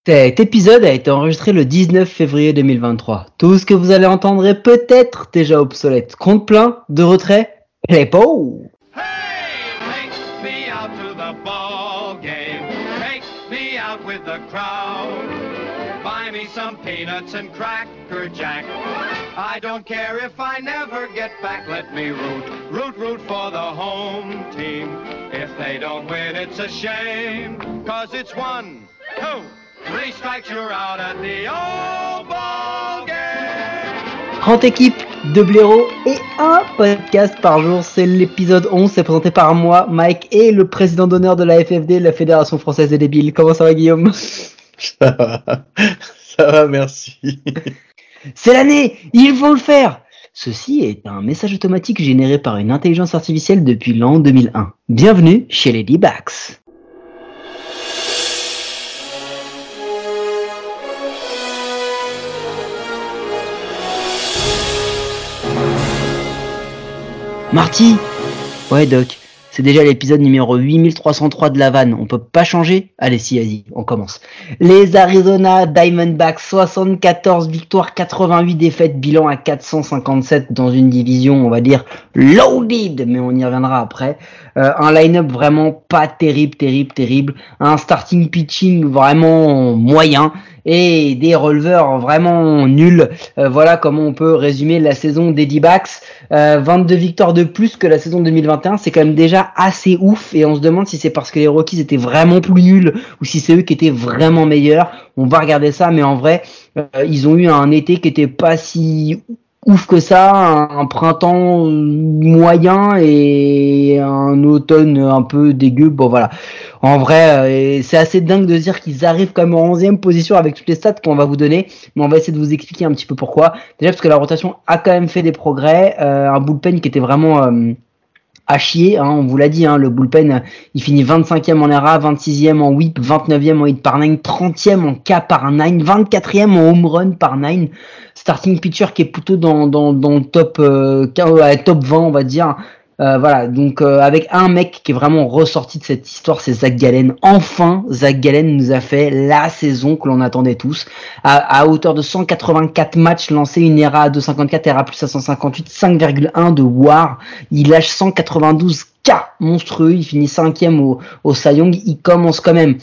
Cet épisode a été enregistré le 19 février 2023. Tout ce que vous allez entendre est peut-être déjà obsolète. Compte plein, de retrait, les pots. Hey, take me out to the ball game. Take me out with the crowd. Buy me some peanuts and Cracker Jack. I don't care if I never get back. Let me root for the home team. If they don't win, it's a shame. 'Cause it's 1, 2, 3 strikes, you're out at the old ball game. 30 équipes, 2 blaireaux et un podcast par jour. C'est l'épisode 11. C'est présenté par moi, Mike, et le président d'honneur de la FFD, la Fédération Française des Débiles. Comment ça va, Guillaume? Ça va, merci. C'est l'année, il faut le faire. Ceci est un message automatique généré par une intelligence artificielle depuis l'an 2001. Bienvenue chez les D-Backs. Marty? Ouais, Doc. C'est déjà l'épisode numéro 8303 de la vanne. On peut pas changer? Allez, si, vas-y, on commence. Les Arizona Diamondbacks, 74 victoires, 88 défaites, bilan à 457 dans une division, on va dire, loaded, mais on y reviendra après. Un line-up vraiment pas terrible. Un starting pitching vraiment moyen. Et des releveurs vraiment nuls. Voilà comment on peut résumer la saison des D-Backs. 22 victoires de plus que la saison 2021, c'est quand même déjà assez ouf. Et on se demande si c'est parce que les Rockies étaient vraiment plus nuls ou si c'est eux qui étaient vraiment meilleurs. On va regarder ça, mais en vrai, ils ont eu un été qui était pas si ouf que ça, un printemps moyen et un automne un peu dégueu. Bon voilà. En vrai, c'est assez dingue de se dire qu'ils arrivent quand même en 11e position avec toutes les stats qu'on va vous donner, mais on va essayer de vous expliquer un petit peu pourquoi. Déjà parce que la rotation a quand même fait des progrès, un bullpen qui était vraiment à chier, hein, on vous l'a dit, hein, le bullpen, il finit 25e en ERA, 26e en whip, 29e en hit par 9, 30e en K par 9, 24e en home run par 9, starting pitcher qui est plutôt dans le top, top 20, on va dire. Voilà, donc avec un mec qui est vraiment ressorti de cette histoire, c'est Zach Gallen. Enfin, Zach Gallen nous a fait la saison que l'on attendait tous. À hauteur de 184 matchs lancés, une ERA à 2,54, ERA plus à 158, 5,1 de WAR. Il lâche 192 K monstrueux. Il finit 5e au Cy Young. Il commence quand même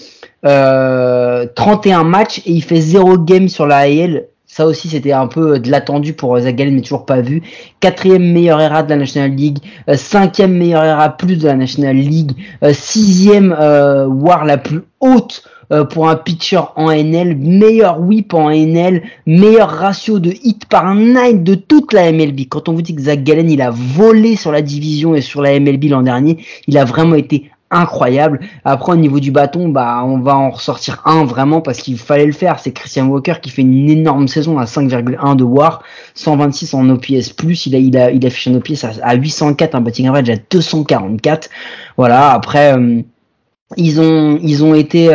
31 matchs et il fait 0 game sur la AL. Ça aussi, c'était un peu de l'attendu pour Zach Gallen, mais toujours pas vu. 4e meilleur ERA de la National League, 5e meilleur ERA plus de la National League, 6e WAR la plus haute pour un pitcher en NL, meilleur whip en NL, meilleur ratio de hit par 9 de toute la MLB. Quand on vous dit que Zach Gallen, il a volé sur la division et sur la MLB l'an dernier, il a vraiment été incroyable. Après, au niveau du bâton, bah, on va en ressortir un vraiment parce qu'il fallait le faire. C'est Christian Walker qui fait une énorme saison à 5,1 de WAR, 126 en OPS+. Il affiche un OPS à 804, un batting average à 244. Voilà. Après, ils ont été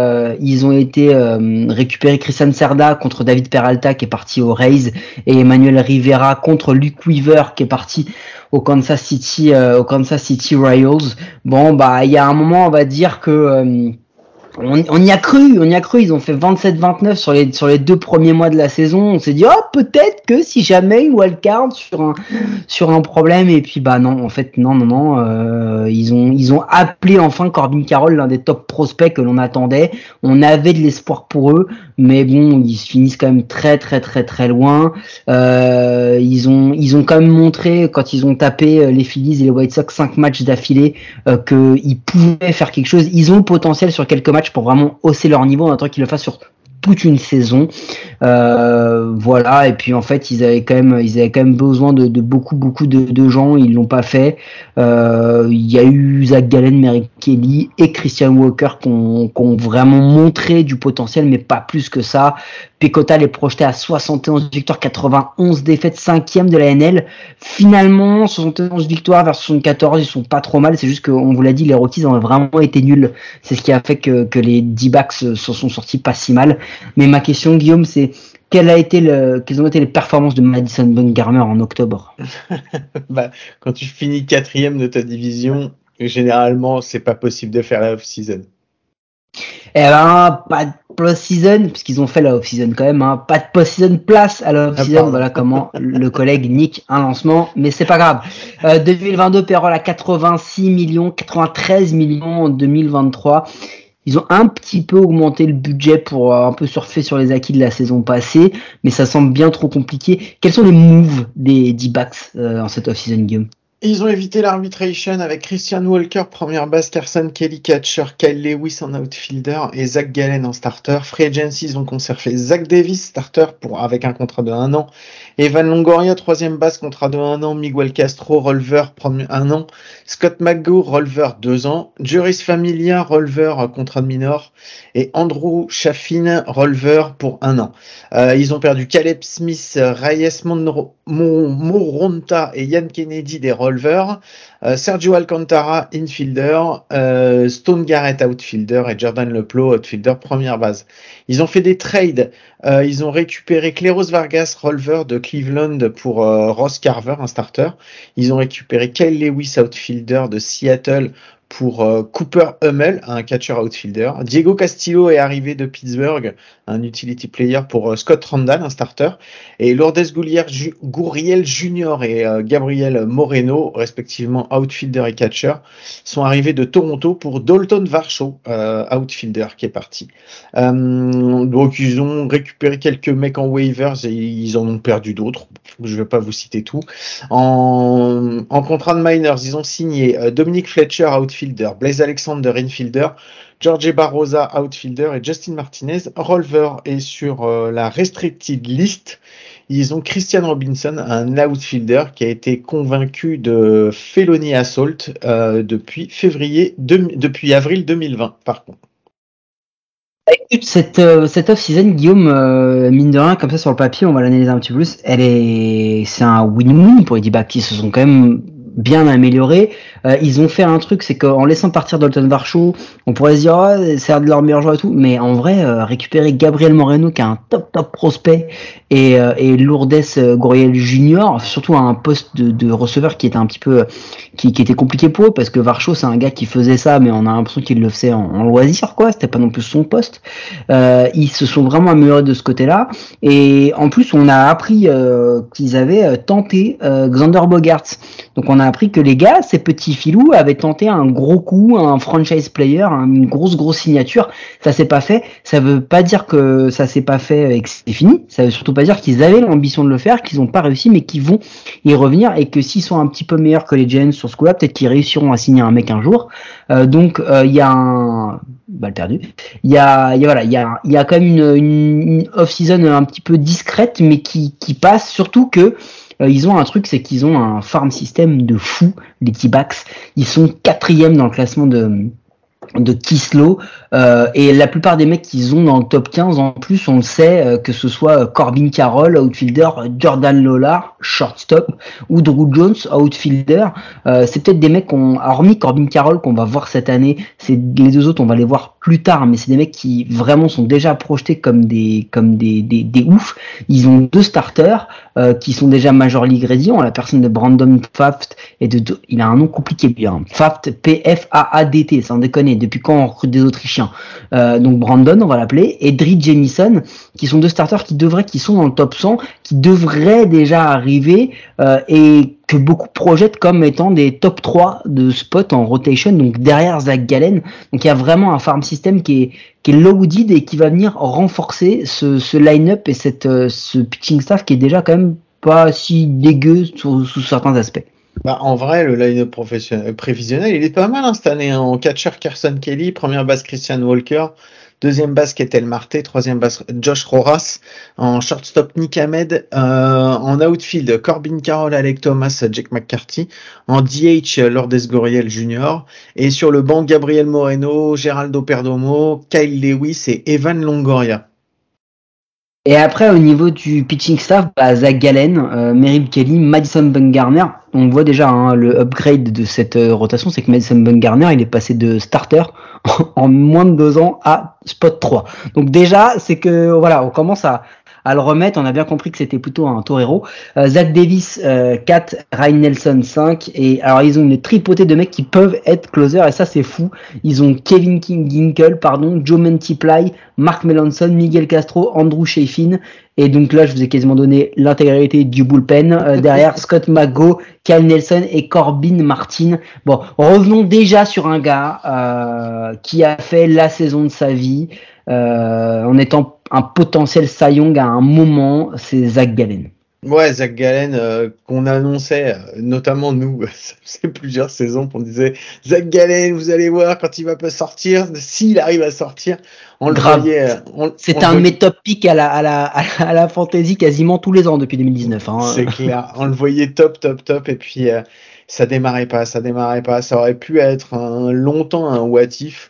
récupérer Christian Cerda contre David Peralta qui est parti aux Rays et Emmanuel Rivera contre Luke Weaver qui est parti au Kansas City Royals. Bon bah il y a un moment on va dire que on y a cru, ils ont fait 27-29 sur les 2 premiers mois de la saison. On s'est dit peut-être que si jamais une wildcard sur un problème et puis bah non, en fait non, ils ont appelé enfin Corbin Carroll, l'un des top prospects que l'on attendait. On avait de l'espoir pour eux, mais bon, ils finissent quand même très loin. Ils ont quand même montré quand ils ont tapé les Phillies et les White Sox 5 matchs d'affilée qu'ils pouvaient faire quelque chose. Ils ont le potentiel sur quelques matchs pour vraiment hausser leur niveau en attendant qu'ils le fassent sur toute une saison. Voilà, et puis en fait ils avaient quand même besoin de beaucoup de gens, ils l'ont pas fait. Il y a eu Zach Gallen, Merrick Kelly et Christian Walker qui ont vraiment montré du potentiel, mais pas plus que ça. Pecota les projeté à 71 victoires, 91 défaites, 5e de la NL. Finalement, 71 victoires vers 74, ils sont pas trop mal. C'est juste qu'on vous l'a dit, les Rockies ont vraiment été nuls. C'est ce qui a fait que les D-Backs se sont sortis pas si mal. Mais ma question, Guillaume, c'est quelles ont été les performances de Madison Bumgarner en octobre? Bah, quand tu finis 4e de ta division, généralement, c'est pas possible de faire la off-season. Eh ben, pas de post-season, puisqu'ils ont fait la off-season quand même, hein. Pas de post-season place à la off-season. Voilà comment le collègue nique un lancement, mais c'est pas grave. 2022, payroll à 86 millions, 93 millions en 2023. Ils ont un petit peu augmenté le budget pour un peu surfer sur les acquis de la saison passée, mais ça semble bien trop compliqué. Quels sont les moves des D-backs en cette off-season, Guillaume? Ils ont évité l'arbitration avec Christian Walker, première base, Carson Kelly, catcher, Kyle Lewis en outfielder et Zach Gallen en starter. Free agency, ils ont conservé Zach Davis, starter avec un contrat de 1 an. Evan Longoria, troisième base, contrat de 1 an. Miguel Castro, releveur, 1 an. Scott McGough, releveur, 2 ans. Juris Familia, releveur, contrat de minor. Et Andrew Chaffin, releveur pour 1 an. Ils ont perdu Caleb Smith, Reyes Moronta et Ian Kennedy des releveurs. Sergio Alcantara, infielder. Stone Garrett, outfielder. Et Jordan Leplo, outfielder, première base. Ils ont fait des trades. Ils ont récupéré Cleros Vargas, releveur de Cleveland pour Ross Carver, un starter. Ils ont récupéré Kyle Lewis, outfielder de Seattle pour Cooper Hummel, un catcher outfielder. Diego Castillo est arrivé de Pittsburgh, un utility player pour Scott Randall, un starter. Et Lourdes Gurriel Jr. et Gabriel Moreno, respectivement outfielder et catcher, sont arrivés de Toronto pour Dalton Varsho, outfielder, qui est parti. Donc ils ont récupéré quelques mecs en waivers et ils en ont perdu d'autres. Je ne vais pas vous citer tout. En contrat de minors, ils ont signé Dominic Fletcher, outfielder, Blaise Alexander, infielder, Jorge Barroza, outfielder et Justin Martinez, releveur. Et sur la restricted list, ils ont Christian Robinson, un outfielder qui a été convaincu de felony assault depuis avril 2020, par contre. Écoute, cette off-season, Guillaume, mine de rien, comme ça sur le papier, on va l'analyser un petit peu plus. C'est un win-win pour les D-backs qui se sont quand même bien améliorés. Ils ont fait un truc, c'est qu'en laissant partir Dalton Varsho, on pourrait se dire, c'est un de leurs meilleurs joueurs et tout, mais en vrai, récupérer Gabriel Moreno, qui est un top prospect, et Lourdes Gurriel Jr., surtout à un poste de receveur qui était un petit peu, qui était compliqué pour eux, parce que Varsho, c'est un gars qui faisait ça, mais on a l'impression qu'il le faisait en loisir, quoi. C'était pas non plus son poste. Ils se sont vraiment améliorés de ce côté-là. Et en plus, on a appris qu'ils avaient tenté Xander Bogaerts. Donc on a appris que les gars, ces petits filous, avaient tenté un gros coup, un franchise player, une grosse signature. Ça s'est pas fait. Ça veut pas dire que ça s'est pas fait et que c'est fini. Ça veut surtout pas dire qu'ils avaient l'ambition de le faire, qu'ils ont pas réussi, mais qu'ils vont y revenir et que s'ils sont un petit peu meilleurs que les Giants sur ce coup-là, peut-être qu'ils réussiront à signer un mec un jour. Donc il y a un balle perdue. Il y a quand même une off-season un petit peu discrète, mais qui passe, surtout que ils ont un truc, c'est qu'ils ont un farm system de fou, les T-backs. Ils sont 4e dans le classement de Kislo, et la plupart des mecs qu'ils ont dans le top 15 en plus, on le sait, que ce soit Corbin Carroll, outfielder, Jordan Lollar, shortstop, ou Drew Jones, outfielder. C'est peut-être des mecs hormis Corbin Carroll qu'on va voir cette année, les deux autres on va les voir plus tard, mais c'est des mecs qui vraiment sont déjà projetés comme des oufs. Ils ont 2 starters qui sont déjà Major League ready, en la personne de Brandon Pfaft et il a un nom compliqué bien. Pfaft, P-F-A-A-D-T, sans déconner. Depuis quand on recrute des Autrichiens? Donc Brandon, on va l'appeler, et Dri Jamison, qui sont 2 starters qui sont dans le top 100, qui devraient déjà arriver et que beaucoup projettent comme étant des top 3 de spot en rotation, donc derrière Zach Gallen. Donc il y a vraiment un farm system qui est loaded et qui va venir renforcer ce line-up et ce pitching staff qui est déjà quand même pas si dégueu sous certains aspects. En vrai, le line-up prévisionnel, il est pas mal cette année. En catcher, Carson Kelly, première base, Christian Walker, deuxième base, Ketel Marte, troisième base, Josh Roras, en shortstop, Nick Ahmed, en outfield, Corbin Carroll, Alec Thomas, Jake McCarthy, en DH, Lourdes Gurriel Jr., et sur le banc, Gabriel Moreno, Geraldo Perdomo, Kyle Lewis et Evan Longoria. Et après, au niveau du pitching staff, Zach Gallen, Merrill Kelly, Madison Bumgarner, on voit déjà le upgrade de cette rotation, c'est que Madison Bumgarner, il est passé de starter en moins de 2 ans à spot 3. Donc déjà, c'est que voilà, on commence à à le remettre. On a bien compris que c'était plutôt un torero. Zach Davis 4, Ryan Nelson 5. Et alors ils ont une tripotée de mecs qui peuvent être closer et ça c'est fou. Ils ont Kevin Ginkel, Joe Multiply, Mark Melanson, Miguel Castro, Andrew Chafin. Et donc là, je vous ai quasiment donné l'intégralité du bullpen. Derrière, Scott McGough, Kyle Nelson et Corbin Martin. Bon, revenons déjà sur un gars qui a fait la saison de sa vie en étant un potentiel Cy Young à un moment, c'est Zach Gallen. Ouais, Zach Gallen, qu'on annonçait, notamment nous, ça faisait plusieurs saisons qu'on disait Zach Gallen, vous allez voir quand il va pas sortir, s'il arrive à sortir, on le voyait. C'était un de mes top picks à la fantasy quasiment tous les ans depuis 2019. Hein. C'est clair, on le voyait top, et puis ça démarrait pas, ça aurait pu être longtemps un what if.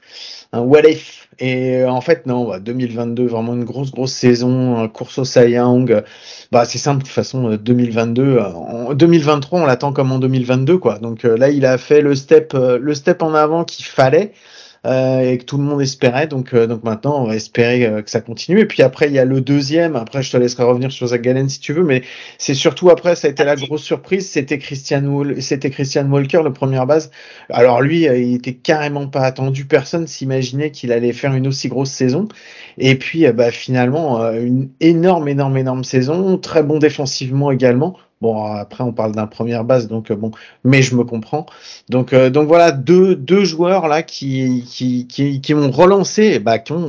Et en fait non, 2022 vraiment une grosse saison, course au Cy Young. C'est simple de toute façon, 2022 en 2023 on l'attend comme en 2022 quoi. Donc là il a fait le step en avant qu'il fallait et que tout le monde espérait. Donc maintenant on va espérer que ça continue. Et puis après il y a le deuxième. Après je te laisserai revenir sur Zach Gallen si tu veux, mais c'est surtout après ça a été la grosse surprise. C'était Christian Walker, le première base. Alors lui il était carrément pas attendu. Personne s'imaginait qu'il allait faire une aussi grosse saison. Et puis finalement une énorme saison. Très bon défensivement également. Bon, après, on parle d'un première base, donc mais je me comprends. Donc voilà, deux joueurs là qui ont relancé,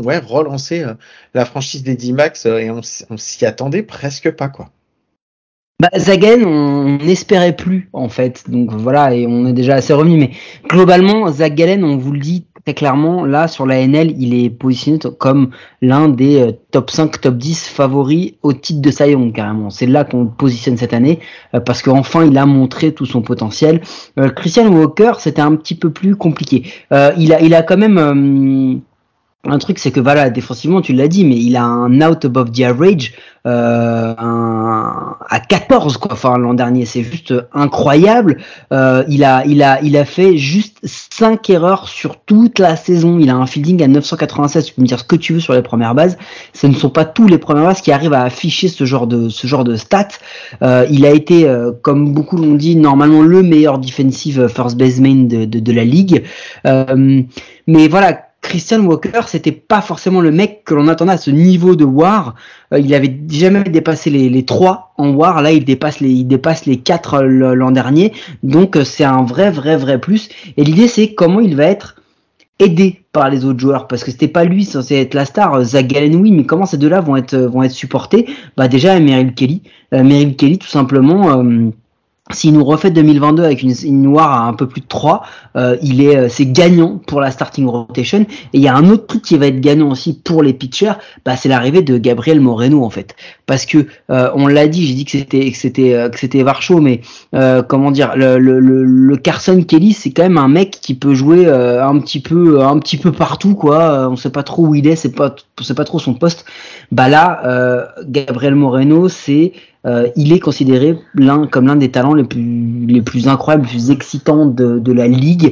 la franchise des D-Backs et on s'y attendait presque pas, quoi. Zach Gallen, on n'espérait plus en fait, donc voilà, et on est déjà assez revenu. Mais globalement, Zach Gallen, on vous le dit très clairement, là sur la NL, il est positionné comme l'un des top 5, top 10 favoris au titre de Cy Young carrément. C'est là qu'on le positionne cette année parce qu'enfin il a montré tout son potentiel. Christian Walker, c'était un petit peu plus compliqué. Il a quand même un truc, c'est que voilà, défensivement, tu l'as dit, mais il a un out above the average à 14 quoi. Enfin, l'an dernier, c'est juste incroyable. Il a fait juste 5 erreurs sur toute la saison. Il a un fielding à 996. Tu peux me dire ce que tu veux sur les premières bases. Ce ne sont pas tous les premières bases qui arrivent à afficher ce genre de stats. Il a été, comme beaucoup l'ont dit, normalement le meilleur defensive first baseman de la ligue. Mais voilà. Christian Walker, c'était pas forcément le mec que l'on attendait à ce niveau de WAR. Il avait jamais dépassé les 3 en WAR. Là, il dépasse les 4 l'an dernier. Donc, c'est un vrai plus. Et l'idée, c'est comment il va être aidé par les autres joueurs. Parce que c'était pas lui censé être la star. Zach Gallen, oui, mais comment ces deux-là vont être supportés? Déjà, Merrill Kelly, tout simplement. S'il nous refait 2022 avec une WAR à un peu plus de 3, c'est gagnant pour la starting rotation. Et il y a un autre truc qui va être gagnant aussi pour les pitchers, c'est l'arrivée de Gabriel Moreno en fait. Parce que on l'a dit, j'ai dit que c'était Varcho, mais comment dire, le Carson Kelly, c'est quand même un mec qui peut jouer un petit peu partout quoi. On sait pas trop où il est, c'est pas trop son poste. Gabriel Moreno, il est considéré comme l'un des talents les plus incroyables, les plus excitants de la ligue.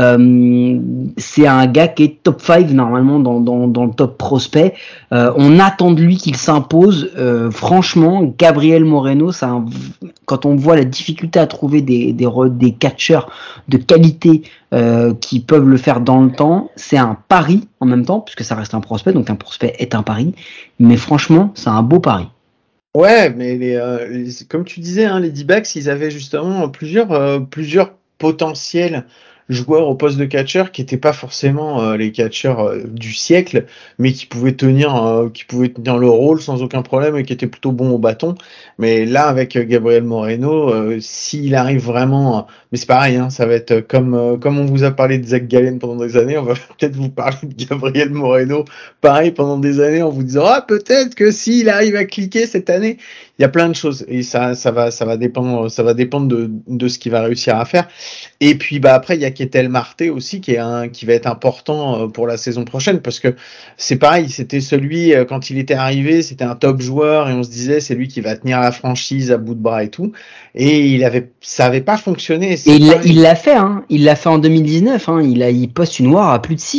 C'est un gars qui est top 5 normalement dans le top prospect. On attend de lui qu'il s'impose. Franchement, Gabriel Moreno, quand on voit la difficulté à trouver des catcheurs de qualité qui peuvent le faire dans le temps, c'est un pari en même temps, puisque ça reste un prospect, donc un prospect est un pari. Mais franchement, c'est un beau pari. Ouais, mais comme tu disais, les D-backs, ils avaient justement plusieurs potentiels joueurs au poste de catcheur qui n'étaient pas forcément les catcheurs du siècle, mais qui pouvaient tenir le rôle sans aucun problème et qui étaient plutôt bons au bâton. Mais là, avec Gabriel Moreno, s'il arrive vraiment, mais c'est pareil, ça va être comme on vous a parlé de Zach Gallen pendant des années, on va peut-être vous parler de Gabriel Moreno, pareil pendant des années, en vous disant peut-être que s'il arrive à cliquer cette année, il y a plein de choses et ça va dépendre de ce qu'il va réussir à faire. Et puis après il y a Ketel Marte aussi qui va être important pour la saison prochaine parce que c'est pareil, c'était celui quand il était arrivé, c'était un top joueur et on se disait c'est lui qui va tenir la franchise à bout de bras et tout, et ça avait pas fonctionné. Et il l'a fait en 2019, il poste une WAR à plus de 6.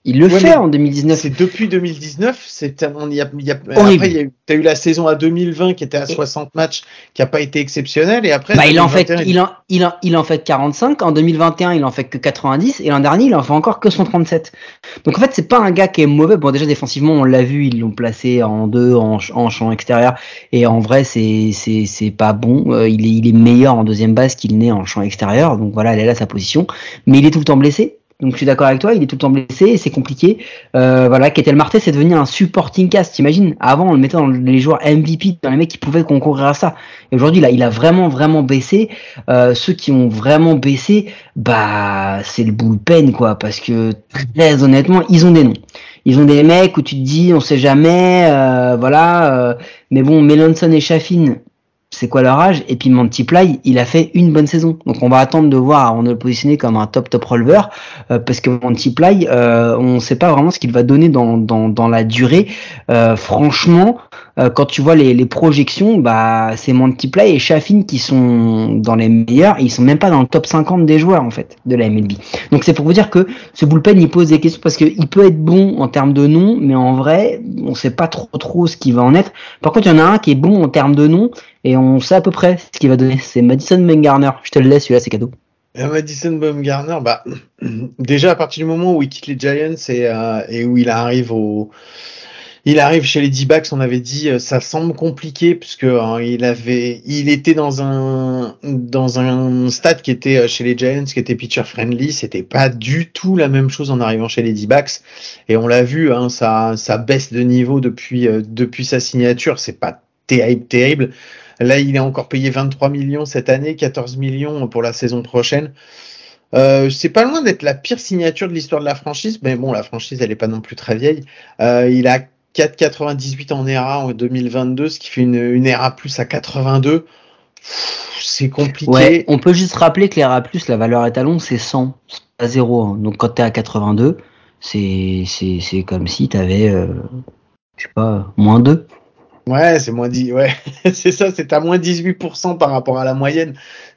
Il le Ouais, fait mais en 2019. c'est depuis 2019. Horrible. Après, t'as eu la saison à 2020 qui était à 60 matchs, qui a pas été exceptionnelle. Et après, Bah, 2021, il en fait 45. En 2021, il en fait que 90. Et l'an dernier, il en fait encore que 137. Donc, en fait, c'est pas un gars qui est mauvais. Bon, déjà, défensivement, on l'a vu, ils l'ont placé en 2, en champ extérieur. Et en vrai, c'est pas bon. Il est meilleur en deuxième base qu'il n'est en champ extérieur. Donc, voilà, elle est là sa position. Mais il est tout le temps blessé. Donc, je suis d'accord avec toi, il est tout le temps blessé et c'est compliqué. Voilà, Ketel Marte, c'est devenu un supporting cast. T'imagines? Avant, on le mettait dans les joueurs MVP, dans les mecs qui pouvaient concourir à ça. Et aujourd'hui, là, il a vraiment, vraiment baissé. Ceux qui ont vraiment baissé, bah, c'est le bullpen, quoi. Parce que, très honnêtement, ils ont des noms. Ils ont des mecs où tu te dis, on sait jamais, voilà. Mais bon, Melanson et Chaffin, c'est quoi leur âge? Et puis Multiply, il a fait une bonne saison. Donc on va attendre de voir avant de le positionner comme un top releveur, parce que Multiply, on ne sait pas vraiment ce qu'il va donner dans la durée. Franchement, quand tu vois les projections, bah c'est Multiply et Chaffin qui sont dans les meilleurs, et ils sont même pas dans le top 50 des joueurs en fait de la MLB. Donc c'est pour vous dire que ce bullpen il pose des questions parce qu'il peut être bon en termes de nom, mais en vrai on sait pas trop ce qui va en être. Par contre il y en a un qui est bon en termes de nom et on sait à peu près ce qu'il va donner. C'est Madison Bumgarner. Je te le laisse, celui-là c'est cadeau. Madison Bumgarner, bah, déjà à partir du moment où il quitte les Giants et où il arrive chez les D-backs, on avait dit, ça semble compliqué puisque il était dans un stade qui était chez les Giants, qui était pitcher friendly. C'était pas du tout la même chose en arrivant chez les D-backs. Et on l'a vu, hein, ça baisse de niveau depuis sa signature. C'est pas terrible. Là, il est encore payé 23 millions cette année, 14 millions pour la saison prochaine. C'est pas loin d'être la pire signature de l'histoire de la franchise, mais bon, la franchise, elle est pas non plus très vieille. Il a 4,98 en ERA en 2022, ce qui fait une ERA plus à 82. C'est compliqué. Ouais, on peut juste rappeler que l'ERA+, la valeur étalon, c'est 100, c'est pas 0. Hein. Donc quand t'es à 82, c'est comme si t'avais, je sais pas, moins 2. Ouais, c'est moins 10, ouais, c'est ça, c'est à moins 18% par rapport à la moyenne,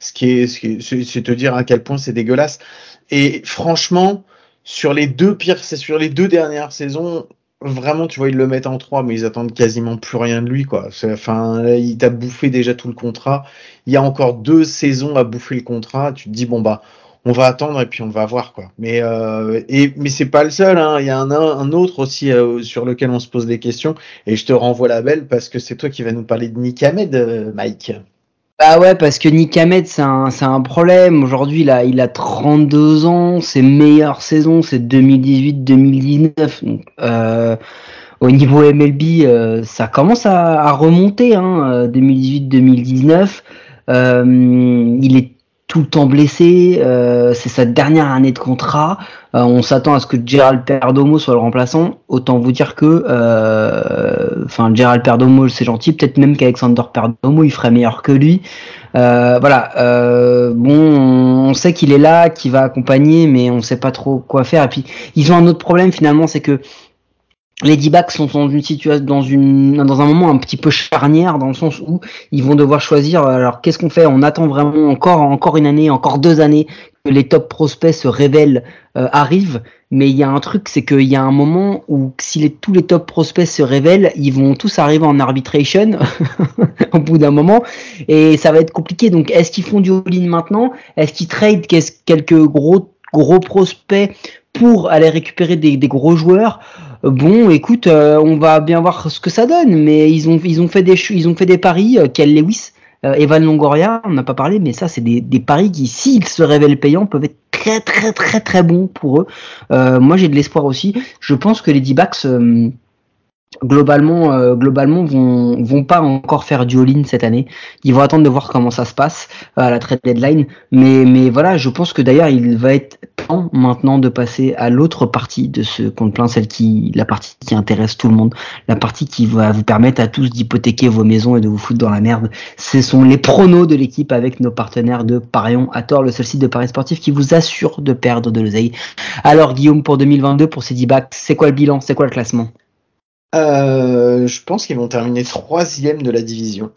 c'est te dire à quel point c'est dégueulasse. Et franchement, sur les deux dernières saisons, vraiment, tu vois, ils le mettent en 3, mais ils attendent quasiment plus rien de lui, quoi. Enfin, là, il t'a bouffé déjà tout le contrat. Il y a encore 2 saisons à bouffer le contrat. Tu te dis, bon, bah, on va attendre et puis on va voir, quoi. Mais c'est pas le seul, hein. Il y a un autre aussi sur lequel on se pose des questions. Et je te renvoie la belle parce que c'est toi qui vas nous parler de Nick Ahmed, Mike. Bah ouais, parce que Nick Ahmed, c'est un problème. Aujourd'hui, il a 32 ans. Ses meilleures saisons, c'est 2018-2019. Donc, au niveau MLB, ça commence à remonter, hein, 2018-2019. Il est tout le temps blessé. C'est sa dernière année de contrat. On s'attend à ce que Gerald Perdomo soit le remplaçant. Autant vous dire que, Gerald Perdomo, c'est gentil. Peut-être même qu'Alexander Perdomo, il ferait meilleur que lui. Voilà. Bon, on sait qu'il est là, qu'il va accompagner, mais on sait pas trop quoi faire. Et puis, ils ont un autre problème finalement, c'est que les D-backs sont dans une situation, dans un moment un petit peu charnière, dans le sens où ils vont devoir choisir. Alors, qu'est-ce qu'on fait? On attend vraiment encore une année, encore 2 années que les top prospects se révèlent, arrivent. Mais il y a un truc, c'est qu'il y a un moment où si tous les top prospects se révèlent, ils vont tous arriver en arbitration au bout d'un moment, et ça va être compliqué. Donc, est-ce qu'ils font du all-in maintenant? Est-ce qu'ils trade quelques gros prospects pour aller récupérer des gros joueurs? Bon, écoute, on va bien voir ce que ça donne, mais ils ont fait des paris, Kel Lewis, Evan Longoria, on n'a pas parlé, mais ça c'est des paris qui, s'ils se révèlent payants, peuvent être très très très très bons pour eux. Moi j'ai de l'espoir aussi. Je pense que les D-backs globalement vont pas encore faire du all-in cette année. Ils vont attendre de voir comment ça se passe à la trade deadline, mais voilà, je pense que d'ailleurs il va être temps maintenant de passer à l'autre partie de ce compte plein, la partie qui intéresse tout le monde, la partie qui va vous permettre à tous d'hypothéquer vos maisons et de vous foutre dans la merde. Ce sont les pronos de l'équipe avec nos partenaires de Parions à tort, le seul site de paris sportif qui vous assure de perdre de l'oseille. Alors Guillaume, pour 2022, pour ces D-backs, c'est quoi le bilan, c'est quoi le classement? Je pense qu'ils vont terminer 3e de la division.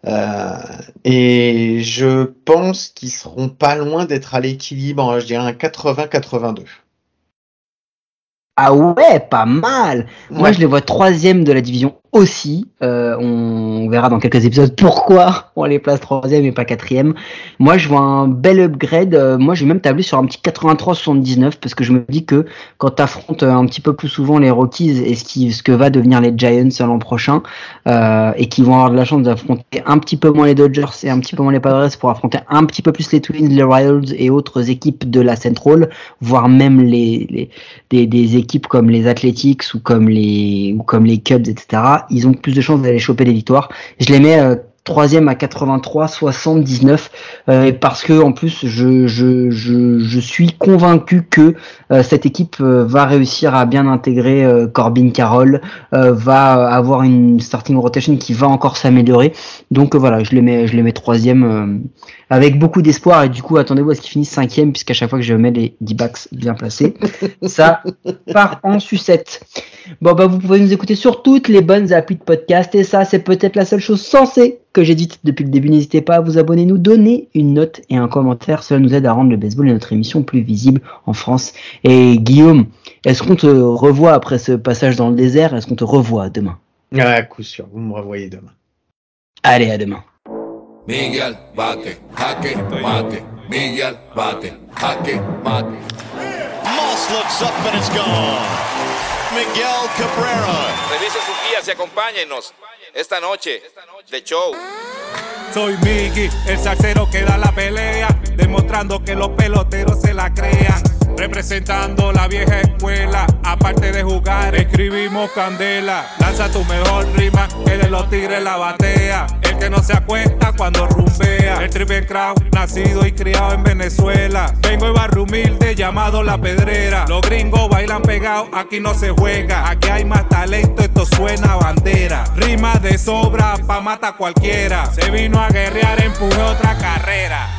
Et je pense qu'ils seront pas loin d'être à l'équilibre. Je dirais un 80-82. Ah ouais, pas mal. Moi, je les vois 3e de la division aussi. On verra dans quelques épisodes pourquoi on les place 3e et pas 4e. Moi, je vois un bel upgrade. Moi, je vais même tabler sur un petit 83-79 parce que je me dis que quand tu affrontes un petit peu plus souvent les Rockies et ce que va devenir les Giants l'an prochain, et qui vont avoir de la chance d'affronter un petit peu moins les Dodgers et un petit peu moins les Padres pour affronter un petit peu plus les Twins, les Royals et autres équipes de la Central, voire même des équipes comme les Athletics ou comme les Cubs, etc. Ils ont plus de chances d'aller choper des victoires. Je les mets 3e à 83-79 parce que en plus je suis convaincu que cette équipe va réussir à bien intégrer Corbin Carroll, va avoir une starting rotation qui va encore s'améliorer. Donc voilà, je les mets 3e avec beaucoup d'espoir et du coup attendez-vous à ce qu'ils finissent 5e puisqu'à chaque fois que je mets les D-backs bien placés, ça part en sucette. Bon bah vous pouvez nous écouter sur toutes les bonnes applis de podcast et ça c'est peut-être la seule chose sensée que j'ai dite depuis le début. N'hésitez pas à vous abonner, nous donner une note et un commentaire, cela nous aide à rendre le baseball et notre émission plus visible en France. Et Guillaume, est-ce qu'on te revoit après ce passage dans le désert? Est-ce qu'on te revoit demain? À coup sûr, vous me revoyez demain. Allez, à demain. Miguel bate, jaque mate. Miguel bate, jaque mate. Moss looks up and it's gone. Miguel Cabrera. Revise sus guías y acompáñenos esta noche de show. Soy Miggy, el salsero que da la pelea, demostrando que los peloteros se la crean. Representando la vieja escuela, aparte de jugar, escribimos candela. Lanza tu mejor rima, que de los tigres la batea. El que no se acuesta cuando rumbea. El Triple Crown, nacido y criado en Venezuela. Vengo de barrio humilde llamado La Pedrera. Los gringos bailan pegados, aquí no se juega. Aquí hay más talento, esto suena a bandera. Rima de sobra, pa' mata cualquiera. Se vino a guerrear, empujé otra carrera.